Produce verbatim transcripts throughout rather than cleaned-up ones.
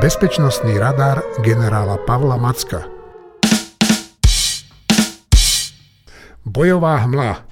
Bezpečnostný radar generála Pavla Macka. Bojová hmla.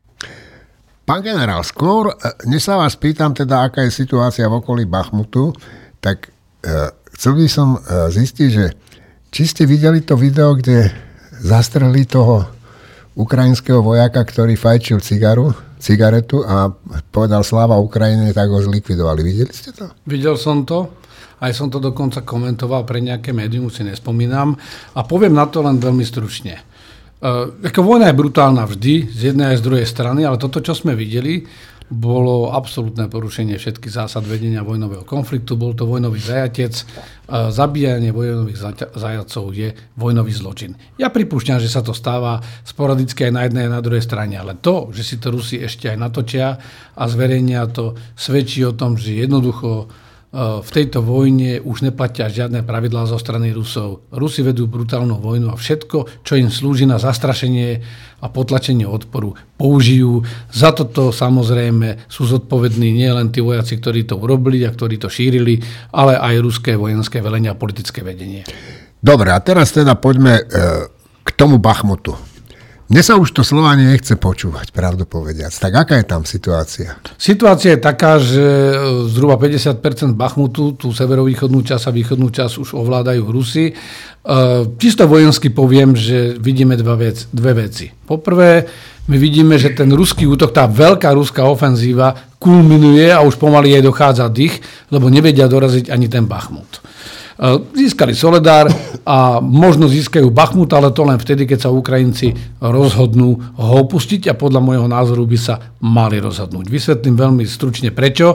Pán generál, skôr, než sa vás pýtam teda, aká je situácia v okolí Bachmutu, tak e, chcel by som e, zistiť, že či ste videli to video, kde zastrelili toho ukrajinského vojaka, ktorý fajčil cigaru, cigaretu a povedal sláva Ukrajine, tak ho zlikvidovali. Videli ste to? Videl som to. Aj som to dokonca komentoval pre nejaké médium, si nespomínam. A poviem na to len veľmi stručne. Uh, ako vojna je brutálna vždy, z jednej aj z druhej strany, ale toto, čo sme videli, bolo absolútne porušenie všetkých zásad vedenia vojnového konfliktu. Bol to vojnový zajatec. Uh, zabíjanie vojnových zaťa- zajatcov je vojnový zločin. Ja pripúšťam, že sa to stáva sporadicky aj na jednej aj na druhej strane, ale to, že si to Rusi ešte aj natočia a zverejnia to, svedčí o tom, že jednoducho v tejto vojne už neplatia žiadne pravidlá zo strany Rusov. Rusi vedú brutálnu vojnu a všetko, čo im slúži na zastrašenie a potlačenie odporu, použijú. Za toto samozrejme sú zodpovední nie len tí vojaci, ktorí to urobili a ktorí to šírili, ale aj ruské vojenské velenie a politické vedenie. Dobre, a teraz teda poďme e, k tomu Bachmutu. Mne sa už to slova nechce počúvať, pravdu povediac. Tak aká je tam situácia? Situácia je taká, že zhruba päťdesiat percent Bachmutu, tú severovýchodnú časť a východnú časť už ovládajú Rusi. Čisto vojensky poviem, že vidíme dva vec, dve veci. Poprvé, my vidíme, že ten ruský útok, tá veľká ruská ofenzíva kulminuje a už pomaly jej dochádza dých, lebo nevedia doraziť ani ten Bachmut. Získali Soledár a možno získajú Bachmut, ale to len vtedy, keď sa Ukrajinci rozhodnú ho opustiť a podľa môjho názoru by sa mali rozhodnúť. Vysvetlím veľmi stručne prečo.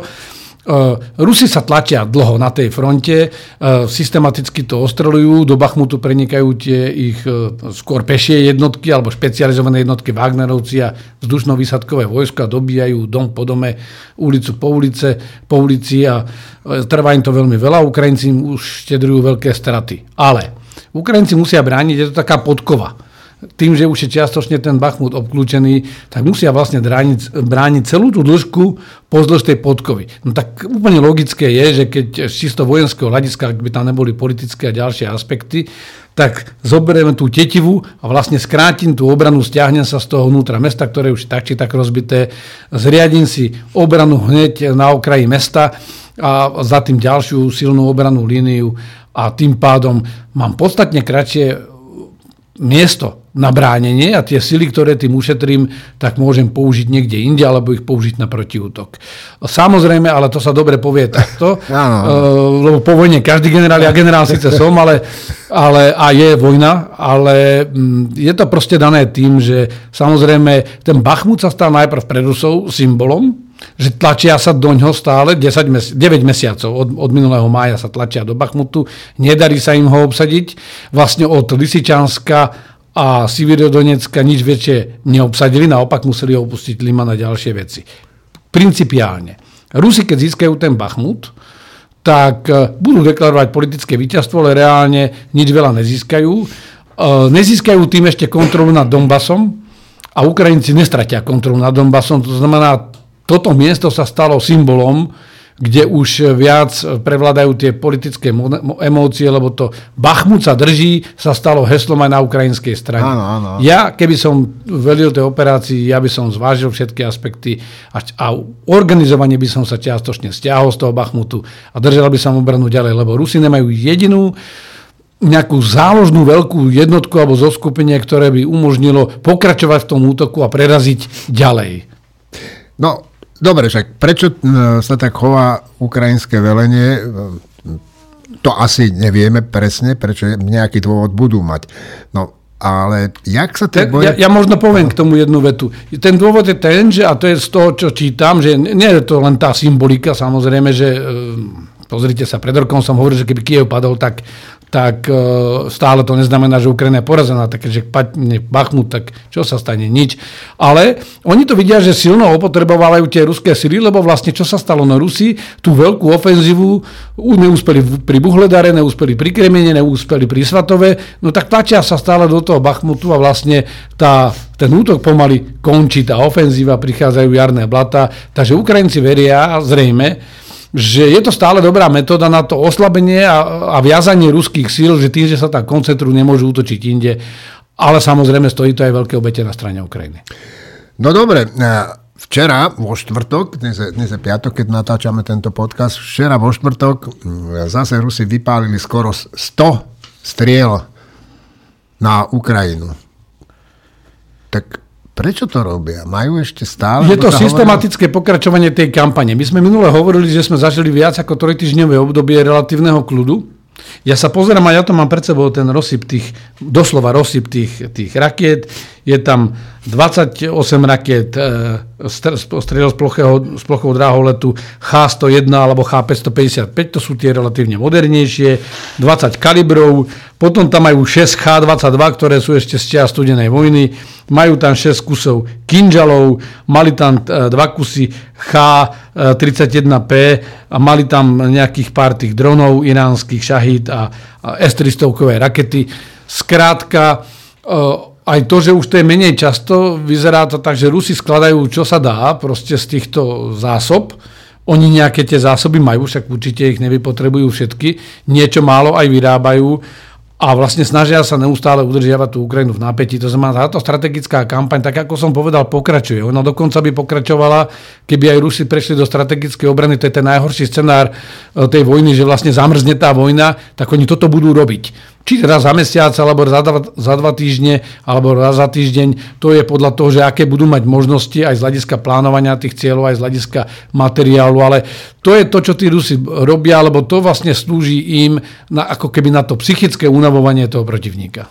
Rusi sa tlačia dlho na tej fronte, systematicky to ostreľujú, do Bachmutu prenikajú tie ich skôr pešie jednotky alebo špecializované jednotky Wagnerovci a vzdušno-výsadkové vojska dobíjajú dom po dome, ulicu po ulice, po ulici a trvá im to veľmi veľa. Ukrajinci už štedrujú veľké straty. Ale Ukrajinci musia brániť, je to taká podkova. Tým, že už je čiastočne ten Bachmut obklúčený, tak musia vlastne brániť, brániť celú tú dĺžku pozdĺž tej podkovy. No tak úplne logické je, že keď z čisto vojenského hľadiska, ak by tam neboli politické a ďalšie aspekty, tak zoberieme tú tetivu a vlastne skrátim tú obranu, stiahnem sa z toho vnútra mesta, ktoré už tak či tak rozbité, zriadím si obranu hneď na okraji mesta a za tým ďalšiu silnú obrannú líniu a tým pádom mám podstatne kratšie miesto na bránenie a tie sily, ktoré tým ušetrím, tak môžem použiť niekde inde alebo ich použiť na protiútok. Samozrejme, ale to sa dobre povie takto, lebo po vojne každý generál, ja generál síce som, ale, ale a je vojna, ale je to proste dané tým, že samozrejme ten Bachmut sa stal najprv pre Rusov symbolom, že tlačia sa do ňoho stále desať mes- deväť mesiacov. Od, od minulého mája sa tlačia do Bachmutu. Nedarí sa im ho obsadiť. Vlastne od Lysyčanska a Sieviero-Donecka nič väčšie neobsadili. Naopak museli opustiť Liman a ďalšie veci. Principiálne. Rusi, keď získajú ten Bachmut, tak budú deklarovať politické víťazstvo, ale reálne nič veľa nezískajú. Nezískajú tým ešte kontrolu nad Donbasom a Ukrajinci nestratia kontrolu nad Donbasom. To znamená, toto miesto sa stalo symbolom, kde už viac prevládajú tie politické emócie, lebo to Bachmut sa drží, sa stalo heslom aj na ukrajinskej strane. Áno, áno. Ja, keby som velil tej operácii, ja by som zvážil všetky aspekty a, a organizovanie by som sa čiastočne stiahol z toho Bachmutu a držal by som obranu ďalej, lebo Rusi nemajú jedinú nejakú záložnú veľkú jednotku alebo zoskupenie, ktoré by umožnilo pokračovať v tom útoku a preraziť ďalej. No, dobre, však prečo sa tak chová ukrajinské velenie, to asi nevieme presne, prečo nejaký dôvod budú mať. No, ale jak sa to boje... Ja, ja možno poviem k tomu jednu vetu. Ten dôvod je ten, že, a to je z toho, čo čítam, že nie je to len tá symbolika, samozrejme, že pozrite sa, pred rokom som hovoril, že keby Kyjev padol, tak tak stále to neznamená, že Ukrajina je porazená, tak keďže padne Bachmut, tak čo sa stane? Nič. Ale oni to vidia, že silno opotrebovávajú tie ruské sily, lebo vlastne čo sa stalo na Rusi, tú veľkú ofenzívu neúspeli pri Buhledare, neúspeli pri Kremene, neúspeli pri Svatove, no tak tlačia sa stále do toho Bachmutu a vlastne tá, ten útok pomaly končí, tá ofenzíva, prichádzajú jarné blata, takže Ukrajinci veria zrejme, že je to stále dobrá metóda na to oslabenie a, a viazanie ruských síl, že tým, že sa tak koncentrujú, nemôžu útočiť inde. Ale samozrejme stojí to aj veľké obete na strane Ukrajiny. No dobre, včera vo štvrtok, dnes je, dnes je piatok, keď natáčame tento podcast, včera vo štvrtok zase Rusi vypálili skoro sto striel na Ukrajinu. Tak prečo to robia? Majú ešte stále? Je to systematické hovorilo... pokračovanie tej kampane. My sme minule hovorili, že sme zažili viac ako trojtýždňové obdobie relatívneho kľudu. Ja sa pozerám a ja to mám pred sebou ten rozsyp tých, doslova rozsyp tých, tých rakiet. Je tam dvadsaťosem rakiet e, strel z plochého, z plochou dráholetu há sto jeden alebo há päťstopäťdesiatpäť, to sú tie relatívne modernejšie, dvadsať kalibrov, potom tam majú šesť há dvadsaťdva, ktoré sú ešte z čias studenej vojny, majú tam šesť kusov kinžalov, mali tam dva kusy há tridsaťjeden pé a mali tam nejakých pár tých dronov iránskych Šahid a, a es tristo rakety. Skrátka, aj to, že už to je menej často, vyzerá to tak, že Rusi skladajú, čo sa dá proste z týchto zásob. Oni nejaké tie zásoby majú, však určite ich nevypotrebujú všetky. Niečo málo aj vyrábajú a vlastne snažia sa neustále udržiavať tú Ukrajinu v napätí. To znamená, táto strategická kampaň, tak ako som povedal, pokračuje. Ona dokonca by pokračovala, keby aj Rusi prešli do strategickej obrany. To je ten najhorší scenár tej vojny, že vlastne zamrzne tá vojna, tak oni toto budú robiť. Či raz za mesiac, alebo za dva, za dva týždne, alebo raz za týždeň. To je podľa toho, že aké budú mať možnosti aj z hľadiska plánovania tých cieľov, aj z hľadiska materiálu. Ale to je to, čo tí Rusi robia, lebo to vlastne slúži im na, ako keby na to psychické unavovanie toho protivníka.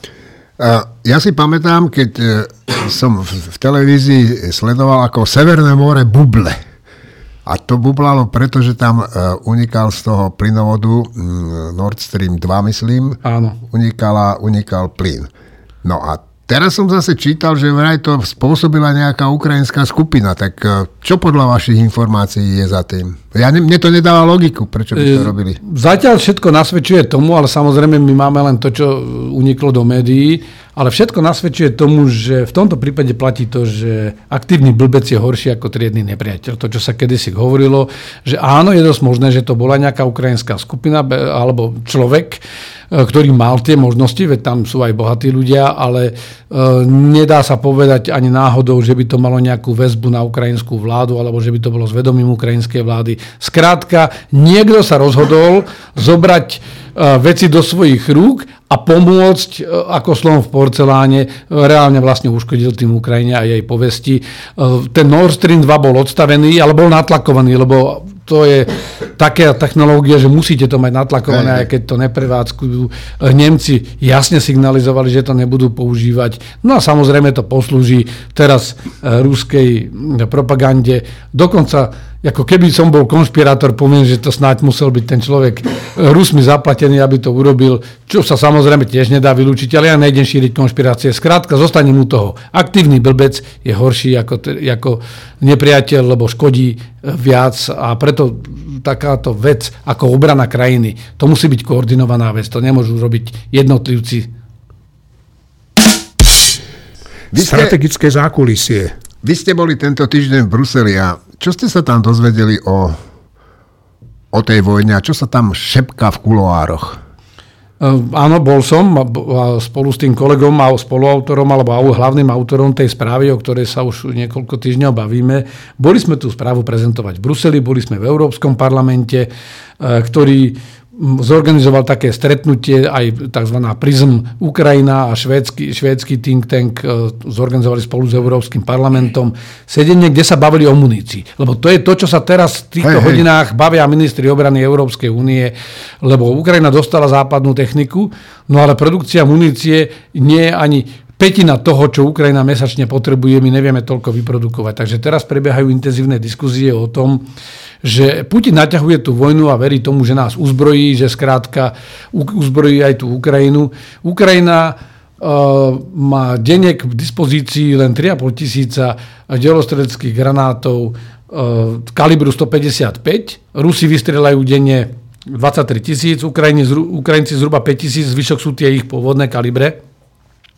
Ja si pamätám, keď som v televízii sledoval, ako Severné more buble. A to bublalo, pretože tam unikal z toho plynovodu Nord Stream dva, myslím. Áno. Unikala, unikal plyn. No a teraz som zase čítal, že vraj to spôsobila nejaká ukrajinská skupina. Tak čo podľa vašich informácií je za tým? Ja, mne to nedáva logiku, prečo by to robili. Zatiaľ všetko nasvedčuje tomu, ale samozrejme my máme len to, čo uniklo do médií. Ale všetko nasvedčuje tomu, že v tomto prípade platí to, že aktívny blbec je horší ako triedny nepriateľ. To, čo sa kedysi hovorilo, že áno, je dosť možné, že to bola nejaká ukrajinská skupina alebo človek, ktorý mal tie možnosti, veď tam sú aj bohatí ľudia, ale e, nedá sa povedať ani náhodou, že by to malo nejakú väzbu na ukrajinskú vládu alebo že by to bolo s vedomím ukrajinskej vlády. Skrátka, niekto sa rozhodol zobrať e, veci do svojich rúk a pomôcť, ako slon v porceláne, reálne vlastne uškodil tým Ukrajine a jej povesti. Ten Nord Stream dva bol odstavený, ale bol natlakovaný, lebo to je taká technológia, že musíte to mať natlakované, aj keď to neprevádzkujú. Nemci jasne signalizovali, že to nebudú používať. No a samozrejme to poslúži teraz ruskej propagande. Dokonca ako keby som bol konšpirátor, poviem, že to snáď musel byť ten človek Rusmi zaplatený, aby to urobil, čo sa samozrejme tiež nedá vylúčiť, ale ja nejdem šíriť konšpirácie. Skrátka, zostanem u toho. Aktívny blbec je horší ako, ako nepriateľ, lebo škodí viac a preto takáto vec ako obrana krajiny, to musí byť koordinovaná vec, to nemôžu robiť jednotlivci. Vy ste... Strategické zákulisie. Vy ste boli tento týždeň v Bruseli a čo ste sa tam dozvedeli o, o tej vojne a čo sa tam šepká v kuloároch? Áno, bol som spolu s tým kolegom a spoluautorom alebo hlavným autorom tej správy, o ktorej sa už niekoľko týždňov bavíme. Boli sme tú správu prezentovať v Bruseli, boli sme v Európskom parlamente, ktorý zorganizoval také stretnutie, aj tzv. Prism Ukrajina a švédsky, švédsky think tank zorganizovali spolu s Európskym parlamentom sedenie, kde sa bavili o munícii. Lebo to je to, čo sa teraz v týchto hej, hodinách hej. bavia ministri obrany Európskej únie, lebo Ukrajina dostala západnú techniku, no ale produkcia munície nie je ani pätina toho, čo Ukrajina mesačne potrebuje, my nevieme toľko vyprodukovať. Takže teraz prebiehajú intenzívne diskusie o tom, že Putin naťahuje tú vojnu a verí tomu, že nás uzbrojí, že skrátka uzbrojí aj tú Ukrajinu. Ukrajina uh, má denne k dispozícii len tri a pol tisíca delostredeckých granátov uh, kalibru stopäťdesiatpäť. Rusi vystrelajú denne dvadsaťtri tisíc, Ukrajinci zhruba päť tisíc, zvyšok sú tie ich pôvodné kalibre.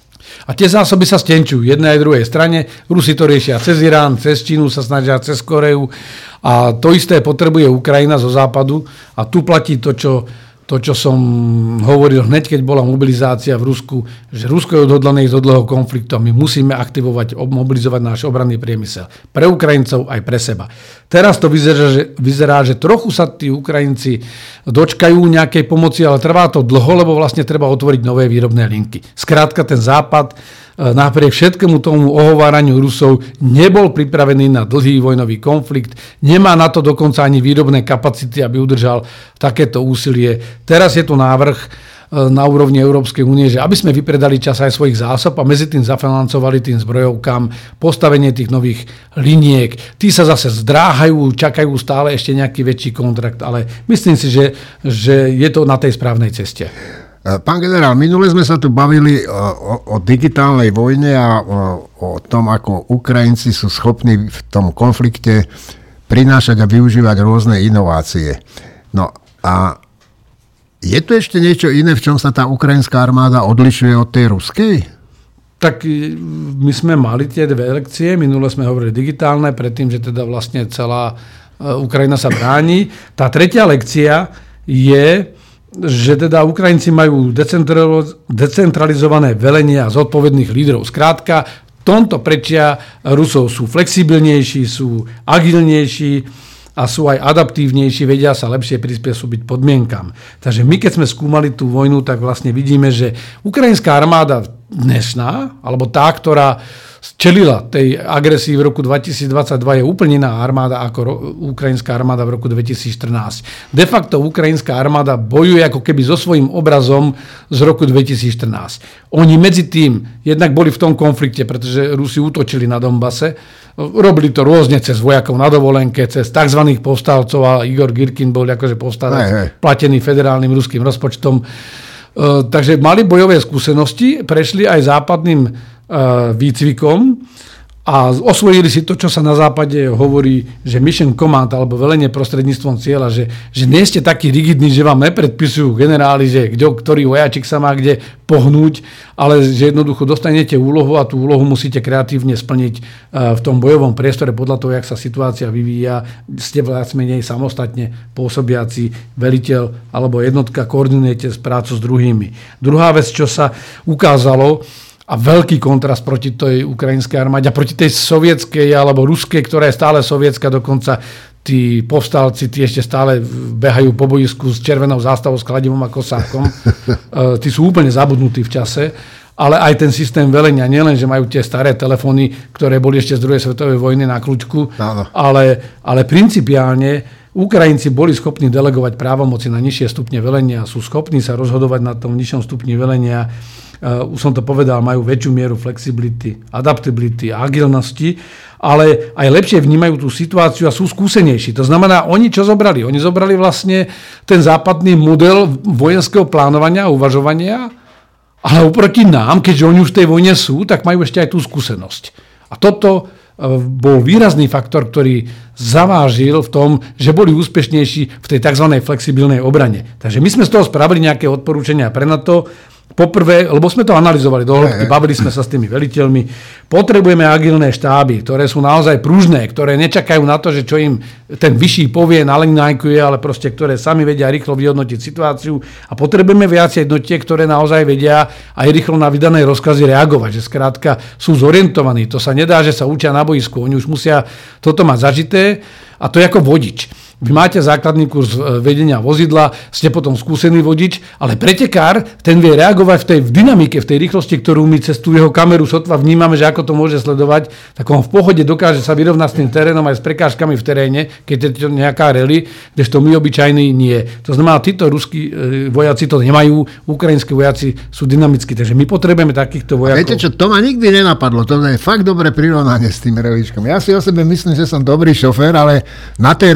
A tie zásoby sa stenčujú jednej aj druhej strane. Rusi to riešia cez Irán, cez Čínu sa snažia, cez Koreu. A to isté potrebuje Ukrajina zo západu. A tu platí to, čo... To, čo som hovoril hneď, keď bola mobilizácia v Rusku, že Rusko je odhodlané ísť od dlhého konfliktu a my musíme aktivovať, mobilizovať náš obranný priemysel. Pre Ukrajincov aj pre seba. Teraz to vyzerá že, vyzerá, že trochu sa tí Ukrajinci dočkajú nejakej pomoci, ale trvá to dlho, lebo vlastne treba otvoriť nové výrobné linky. Skrátka ten západ napriek všetkému tomu ohováraniu Rusov nebol pripravený na dlhý vojnový konflikt, nemá na to dokonca ani výrobné kapacity, aby udržal takéto úsilie. Teraz je tu návrh na úrovni Európskej únie, že aby sme vypredali čas aj svojich zásob a medzi tým zafinancovali tým zbrojovkám postavenie tých nových liniek. Tí sa zase zdráhajú, čakajú stále ešte nejaký väčší kontrakt, ale myslím si, že, že je to na tej správnej ceste. Pán generál, minule sme sa tu bavili o, o, o digitálnej vojne a o, o tom, ako Ukrajinci sú schopní v tom konflikte prinášať a využívať rôzne inovácie. No a je tu ešte niečo iné, v čom sa tá ukrajinská armáda odlišuje od tej ruskej? Tak my sme mali tie dve lekcie, minule sme hovorili digitálne, predtým, že teda vlastne celá Ukrajina sa bráni. Tá tretia lekcia je, že teda Ukrajinci majú decentralizované velenie a zodpovedných lídrov. Skrátka, v tomto prečia Rusov sú flexibilnejší, sú agilnejší a sú aj adaptívnejší, vedia sa lepšie prispôsobiť podmienkam. Takže my, keď sme skúmali tú vojnu, tak vlastne vidíme, že ukrajinská armáda dnešná, alebo tá, ktorá čelila tej agresii v roku dvetisícdvadsaťdva, je úplne iná armáda ako ro- ukrajinská armáda v roku dvetisícštrnásť. De facto ukrajinská armáda bojuje ako keby so svojím obrazom z roku dvetisícštrnásť. Oni medzi tým jednak boli v tom konflikte, pretože Rusi útočili na Donbase. Robili to rôzne cez vojakov na dovolenke, cez tzv. Povstalcov a Igor Girkin bol akože povstalec platený federálnym ruským rozpočtom. Uh, takže mali bojové skúsenosti, prešli aj západným uh, výcvikom a osvojili si to, čo sa na západe hovorí, že mission command alebo velenie prostredníctvom cieľa, že, že nie ste takí rigidní, že vám nepredpisujú generáli, že kdo, ktorý vojačik sa má kde pohnúť, ale že jednoducho dostanete úlohu a tú úlohu musíte kreatívne splniť uh, v tom bojovom priestore podľa toho, jak sa situácia vyvíja. Ste viac menej samostatne pôsobiaci veliteľ alebo jednotka, koordinujete prácu s druhými. Druhá vec, čo sa ukázalo, a veľký kontrast proti tej ukrajinskej armáde a proti tej sovietskej alebo ruskej, ktorá je stále sovietská, dokonca tí povstalci, tí ešte stále behajú po bojisku s červenou zástavou, s kladivom a kosákom. Tí sú úplne zabudnutí v čase. Ale aj ten systém velenia, nielen, že majú tie staré telefóny, ktoré boli ešte z druhej svetovej vojny na kľúčku, ale, ale principiálne Ukrajinci boli schopní delegovať právomoci na nižšie stupne velenia, sú schopní sa rozhodovať na tom nižšom stupni velenia. Uh, už som to povedal, majú väčšiu mieru flexibility, adaptability a agilnosti, ale aj lepšie vnímajú tú situáciu a sú skúsenejší. To znamená, oni čo zobrali? Oni zobrali vlastne ten západný model vojenského plánovania a uvažovania, ale oproti nám, keďže oni už v tej vojne sú, tak majú ešte aj tú skúsenosť. A toto bol výrazný faktor, ktorý zavážil v tom, že boli úspešnejší v tej tzv. Flexibilnej obrane. Takže my sme z toho spravili nejaké odporúčania pre NATO. Poprvé, lebo sme to analyzovali do hĺbky, bavili sme sa s tými veliteľmi, potrebujeme agilné štáby, ktoré sú naozaj pružné, ktoré nečakajú na to, že čo im ten vyšší povie, nalinkuje, ale proste, ktoré sami vedia rýchlo vyhodnotiť situáciu a potrebujeme viac jednotiek, ktoré naozaj vedia aj rýchlo na vydané rozkazy reagovať, že skrátka sú zorientovaní. To sa nedá, že sa učia na boisku, oni už musia toto mať zažité a to je ako vodič. Vy máte základný kurz vedenia vozidla, ste potom skúsený vodič, ale pretekár, ten vie reagovať v tej v dynamike, v tej rýchlosti, ktorú my cez tú jeho kameru sotva vnímame, že ako to môže sledovať, tak on v pohode dokáže sa vyrovnať s tým terénom aj s prekážkami v teréne, keď je to nejaká rally, kdežto my obyčajní nie. To znamená, títo ruskí vojaci to nemajú, ukrajinskí vojaci sú dynamickí, takže my potrebujeme takýchto vojakov. Viete čo, to ma nikdy nenapadlo, to je fakt dobré prirovnanie s tým rallyčkom. Ja si o sebe myslím, že som dobrý šofér, ale na tej rally by som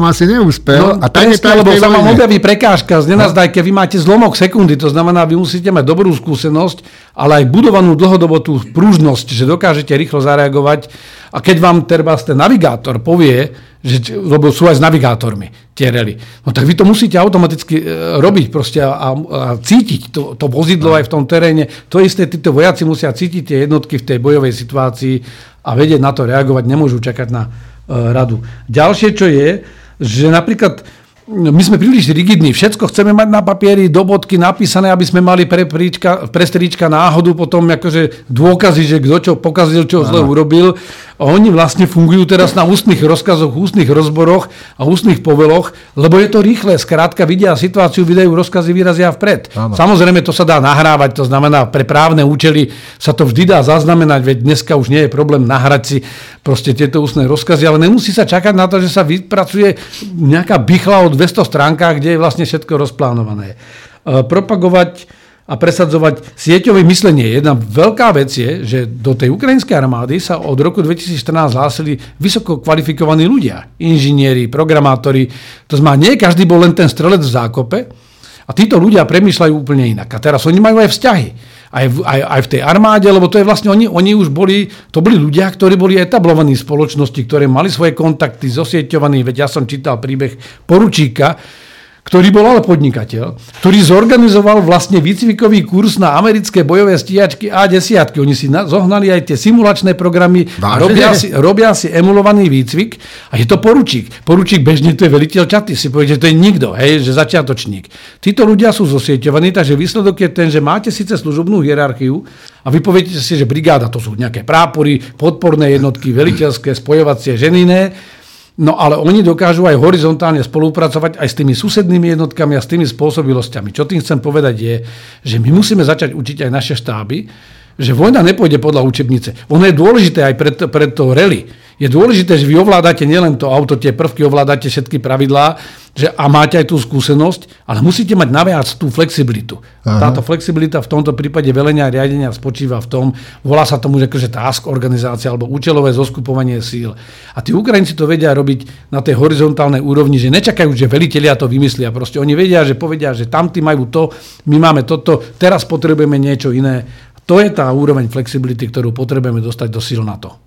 asi neúspel. No, a tak je to, lebo sa vám objaví prekážka z nenazdajke, vy máte zlomok sekundy, to znamená, vy musíte mať dobrú skúsenosť, ale aj budovanú dlhodobo tú pružnosť, že dokážete rýchlo zareagovať. A keď vám teda ten navigátor povie, že, lebo sú aj s navigátormi tie rely, no tak vy to musíte automaticky robiť proste a, a cítiť to, to vozidlo aj v tom teréne. To isté, títo vojaci musia cítiť tie jednotky v tej bojovej situácii a vedieť na to reagovať, nemôžu čakať na uh, radu. Ďalšie, čo je, že napríklad my sme príliš rigidní, všetko chceme mať na papieri, do bodky napísané, aby sme mali pre, príčka, pre strička náhodu, potom akože dôkazy, že kto čo pokazil, čo zle urobil. A oni vlastne fungujú teraz na ústnych rozkazoch, ústnych rozboroch a ústnych poveloch, lebo je to rýchle. Skrátka vidia situáciu, vydajú rozkazy, vyrazia vpred. Áno. Samozrejme, to sa dá nahrávať, to znamená, pre právne účely sa to vždy dá zaznamenať, veď dneska už nie je problém nahrať si proste tieto ústne rozkazy, ale nemusí sa čakať na to, že sa vypracuje nejaká bichla o dvesto stránkach, kde je vlastne všetko rozplánované. E, propagovať a presadzovať sieťové myslenie. Jedna veľká vec je, že do tej ukrajinskej armády sa od roku dvetisícštrnásť hlásili vysoko kvalifikovaní ľudia. Inžinieri, programátori. To znamená, nie každý bol len ten strelec v zákope a títo ľudia premýšľajú úplne inak. A teraz oni majú aj vzťahy. Aj v, aj, aj v tej armáde, lebo to je vlastne, oni, oni už boli, to boli ľudia, ktorí boli etablovaní v spoločnosti, ktorí mali svoje kontakty, zosieťovaní. Veď ja som čítal príbeh poručíka, ktorý bol ale podnikateľ, ktorý zorganizoval vlastne výcvikový kurz na americké bojové stíhačky á desať. Oni si na, zohnali aj tie simulačné programy a robia si, robia si emulovaný výcvik a je to poručík. Poručík bežne to je veliteľ čaty, si povie, že to je nikto, hej, že začiatočník. Títo ľudia sú zosieťovaní, takže výsledok je ten, že máte síce služobnú hierarchiu a vy poviete si, že brigáda to sú nejaké prápory, podporné jednotky, veliteľské, spojovacie, ženinné. No ale oni dokážu aj horizontálne spolupracovať aj s tými susednými jednotkami a s tými spôsobilosťami. Čo tým chcem povedať je, že my musíme začať učiť aj naše štáby, že vojna nepôjde podľa učebnice. Ono je dôležité aj pre to, pre to rally. Je dôležité, že vy ovládate nielen to auto, tie prvky, ovládate všetky pravidlá, že, a máte aj tú skúsenosť, ale musíte mať naviac tú flexibilitu. Aha. Táto flexibilita v tomto prípade velenia a riadenia spočíva v tom, volá sa tomu, že task organizácia alebo účelové zoskupovanie síl. A tí Ukrajinci to vedia robiť na tej horizontálnej úrovni, že nečakajú, že velitelia to vymyslia. Proste oni vedia, že povedia, že tamtí majú to, my máme toto, teraz potrebujeme niečo iné. To je tá úroveň flexibility, ktorú potrebujeme dostať do síl NATO.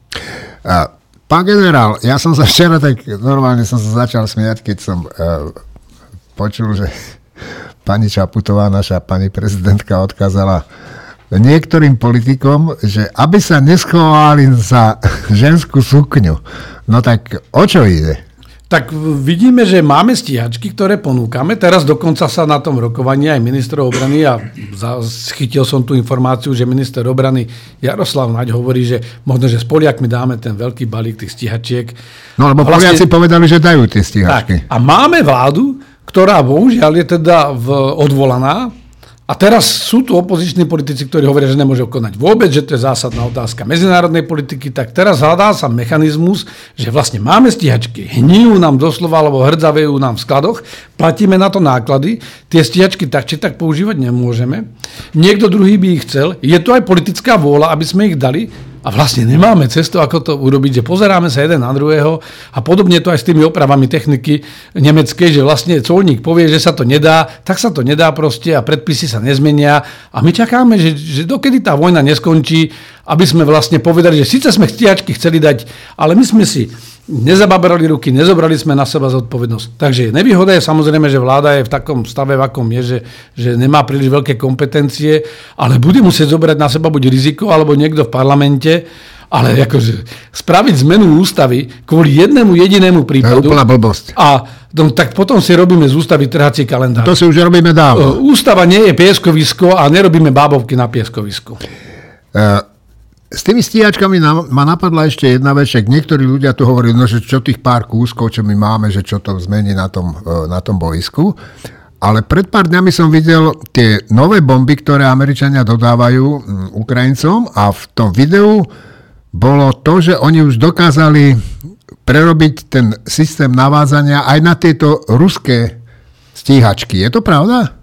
A pán generál, ja som sa včera tak normálne som sa začal smiať, keď som uh, počul, že pani Čaputová, naša pani prezidentka, odkázala niektorým politikom, že aby sa neschovali za ženskú sukňu. No tak o čo ide? Tak vidíme, že máme stíhačky, ktoré ponúkame. Teraz dokonca sa na tom rokovaní aj minister obrany a chytil som tú informáciu, že minister obrany Jaroslav Naď hovorí, že možno, že s Poliakmi dáme ten veľký balík tých stíhačiek. No lebo vlastne, Poliaci povedali, že dajú tie stíhačky. Tak, a máme vládu, ktorá bohužiaľ je teda v, odvolaná. A teraz sú tu opoziční politici, ktorí hovoria, že nemôžu konať vôbec, že to je zásadná otázka medzinárodnej politiky, tak teraz hľadá sa mechanizmus, že vlastne máme stíhačky, hníjú nám doslova, alebo hrdzavejú nám v skladoch, platíme na to náklady, tie stíhačky tak či tak používať nemôžeme. Niekto druhý by ich chcel, je to aj politická vôľa, aby sme ich dali, a vlastne nemáme cestu, ako to urobiť, že pozeráme sa jeden na druhého a podobne to aj s tými opravami techniky nemeckej, že vlastne colník povie, že sa to nedá, tak sa to nedá proste a predpisy sa nezmenia a my čakáme, že, že dokedy tá vojna neskončí, aby sme vlastne povedali, že síce sme stíhačky chceli dať, ale my sme si nezababrali ruky, nezobrali sme na seba zodpovednosť. Takže nevýhoda je samozrejme, že vláda je v takom stave, v akom je, že, že nemá príliš veľké kompetencie, ale bude musieť zobrať na seba buď riziko, alebo niekto v parlamente, ale akože spraviť zmenu ústavy kvôli jednému jedinému prípadu. To je úplná blbosť. A no, tak potom si robíme z ústavy trhací kalendár. To si už robíme dávno. Ústava nie je pieskovisko a nerobíme bábovky na pieskovisku. Uh... S tými stíhačkami ma napadla ešte jedna vec, že niektorí ľudia tu hovorí, no, že čo tých pár kúskov, čo my máme, že čo to zmení na tom, na tom boisku. Ale pred pár dňami som videl tie nové bomby, ktoré Američania dodávajú Ukrajincom a v tom videu bolo to, že oni už dokázali prerobiť ten systém navádzania aj na tieto ruské stíhačky. Je to pravda?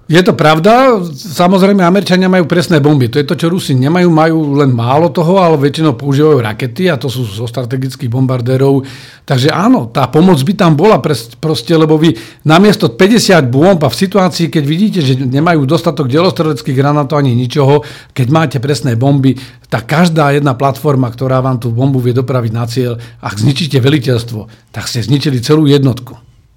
Je to pravda, samozrejme Američania majú presné bomby, to je to, čo Rusi nemajú, majú len málo toho, ale väčšinou používajú rakety a to sú zo strategických bombardérov, takže áno, tá pomoc by tam bola proste, lebo vy namiesto päťdesiat bomb a v situácii, keď vidíte, že nemajú dostatok delostreleckých granátov ani ničoho, keď máte presné bomby, tak každá jedna platforma, ktorá vám tú bombu vie dopraviť na cieľ, ak zničíte veliteľstvo, tak ste zničili celú jednotku.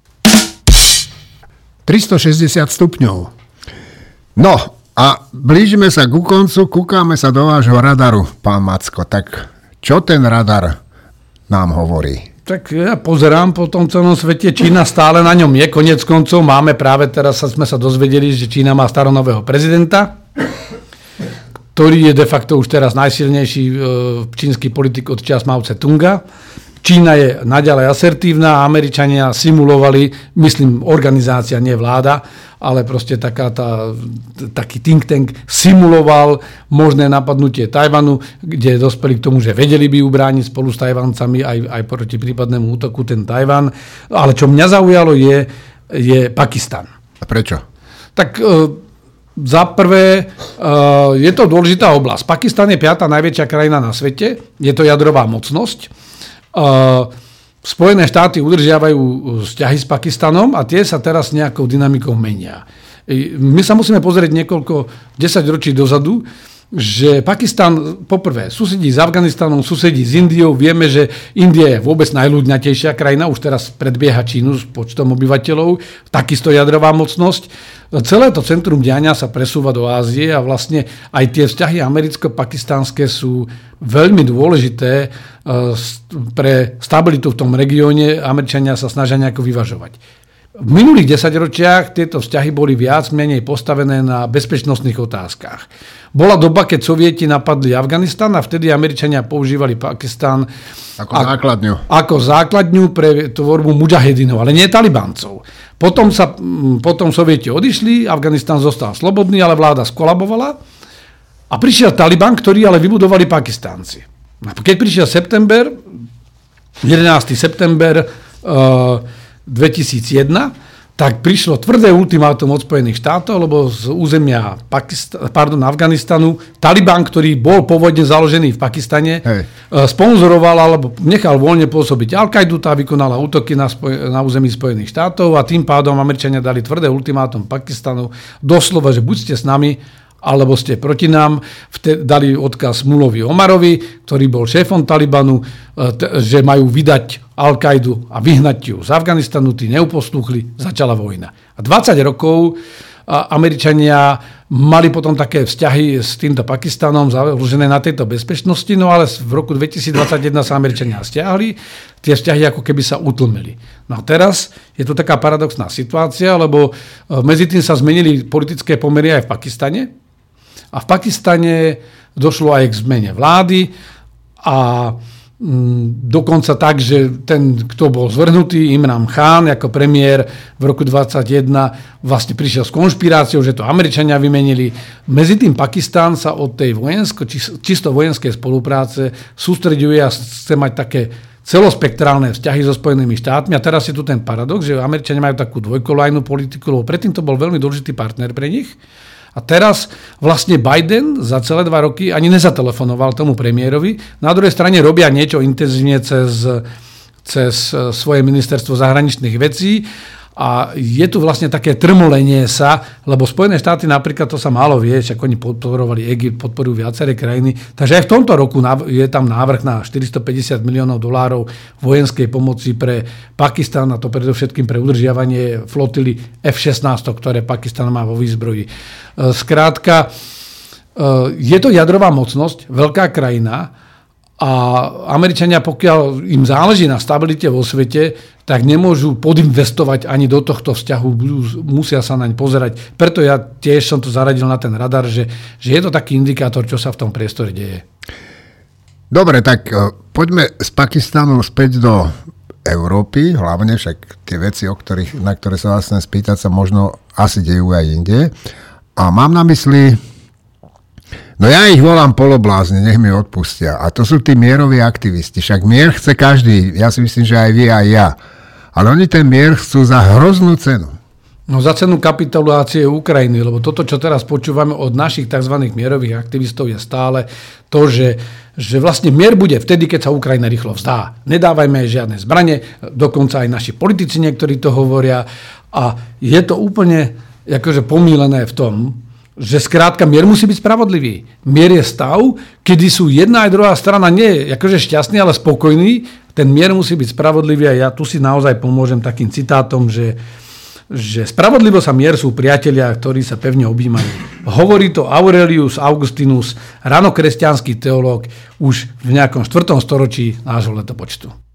tristošesťdesiat stupňov. No a blížime sa ku koncu, kúkame sa do vášho radaru, pán Macko. Tak čo ten radar nám hovorí? Tak ja pozerám po tom celom svete, Čína stále na ňom je, koniec koncov máme práve teraz, sme sa dozvedeli, že Čína má staronového prezidenta, ktorý je de facto už teraz najsilnejší čínsky politik od čias Mao Tse-tunga. Čína je naďalej asertívna, Američania simulovali, myslím organizácia, nie vláda, ale proste taká tá, taký think tank simuloval možné napadnutie Tajvanu, kde dospeli k tomu, že vedeli by ubrániť spolu s Tajvancami aj, aj proti prípadnému útoku ten Tajvan. Ale čo mňa zaujalo je, je Pakistan. A prečo? Tak e, za prvé, e, je to dôležitá oblasť. Pakistan je piata najväčšia krajina na svete, je to jadrová mocnosť. Uh, Spojené štáty udržiavajú vzťahy s Pakistanom a tie sa teraz nejakou dynamikou menia. My sa musíme pozrieť niekoľko desaťročí dozadu, že Pakistan poprvé susedí s Afganistanom, susedí s Indiou. Vieme, že India je vôbec najľudnatejšia krajina, už teraz predbieha Čínu s počtom obyvateľov, takisto jadrová mocnosť. Celé to centrum diania sa presúva do Ázie a vlastne aj tie vzťahy americko-pakistánske sú veľmi dôležité pre stabilitu v tom regióne. Američania sa snažia nejako vyvažovať. V minulých desaťročiach tieto vzťahy boli viac menej postavené na bezpečnostných otázkach. Bola doba, keď Sovieti napadli Afganistan a vtedy Američania používali Pakistan ako základňu. Ako základňu pre tvorbu mudžahedinov, ale nie Talibáncov. Potom, sa, potom Sovieti odišli, Afganistan zostal slobodný, ale vláda skolabovala a prišiel Taliban, ktorý ale vybudovali Pakistánci. Keď prišiel september, jedenásteho september dvetisícjeden, tak prišlo tvrdé ultimátum od Spojených štátov, lebo z územia Pakistan, pardon, Afganistanu Taliban, ktorý bol pôvodne založený v Pakistane, Hej. sponzoroval alebo nechal voľne pôsobiť Al-Kaidu, tá vykonala útoky na, spoj- na území Spojených štátov a tým pádom Američania dali tvrdé ultimátum Pakistanu, doslova, že buď ste s nami, alebo ste proti nám. Vtedy dali odkaz Mulovi Omarovi, ktorý bol šéfom Talibanu, že majú vydať Al-Kaidu a vyhnať ju z Afganistanu. Tí neuposlúchli, začala vojna. A dvadsať rokov Američania mali potom také vzťahy s týmto Pakistanom založené na tejto bezpečnosti, no ale v roku dvetisícdvadsaťjeden sa Američania stiahli, tie vzťahy ako keby sa utlmili. No a teraz je tu taká paradoxná situácia, lebo medzi tým sa zmenili politické pomery aj v Pakistane a v Pakistane došlo aj k zmene vlády a dokonca tak, že ten, kto bol zvrhnutý, Imran Khan, ako premiér v roku dvadsaťjeden vlastne prišiel s konšpiráciou, že to Američania vymenili. Medzi tým Pakistán sa od tej vojensko, čisto vojenskej spolupráce sústreďuje a chce mať také celospektrálne vzťahy so Spojenými štátmi. A teraz je tu ten paradox, že Američania majú takú dvojkolajnú politiku, lebo predtým to bol veľmi dôležitý partner pre nich. A teraz vlastne Biden za celé dva roky ani nezatelefonoval tomu premiérovi. Na druhej strane robia niečo intenzívne cez, cez svoje ministerstvo zahraničných vecí. A je tu vlastne také trmolenie sa, lebo Spojené štáty napríklad, to sa málo vie, ako oni podporovali Egypt, podporujú viaceré krajiny. Takže aj v tomto roku je tam návrh na štyristopäťdesiat miliónov dolárov vojenskej pomoci pre Pakistan, a to predovšetkým pre udržiavanie flotily ef šestnásť, ktoré Pakistan má vo výzbroji. Skrátka, je to jadrová mocnosť, veľká krajina, a Američania, pokiaľ im záleží na stabilite vo svete, tak nemôžu podinvestovať ani do tohto vzťahu, musia sa naň pozerať. Preto ja tiež som to zaradil na ten radar, že, že je to taký indikátor, čo sa v tom priestore deje. Dobre, tak poďme z Pakistanu späť do Európy, hlavne však tie veci, o ktorých, na ktoré sa vás chcem spýtať, sa možno asi dejú aj inde. A mám na mysli, no ja ich volám poloblázni, nech mi odpustia. A to sú tí mieroví aktivisti. Však mier chce každý, ja si myslím, že aj vy, aj ja. Ale oni ten mier chcú za hroznú cenu. No za cenu kapitulácie Ukrajiny, lebo toto, čo teraz počúvame od našich tzv. Mierových aktivistov je stále to, že, že vlastne mier bude vtedy, keď sa Ukrajina rýchlo vzdá. Nedávajme jej žiadne zbrane, dokonca aj naši politici niektorí to hovoria a je to úplne akože pomílené v tom, že skrátka mier musí byť spravodlivý. Mier je stav, kedy sú jedna aj druhá strana nie akože šťastní, ale spokojní. Ten mier musí byť spravodlivý a ja tu si naozaj pomôžem takým citátom, že že spravodlivosť a mier sú priatelia, ktorí sa pevne objímajú. Hovorí to Aurelius Augustinus, ranokresťanský teológ už v nejakom štvrtom storočí nášho letopočtu.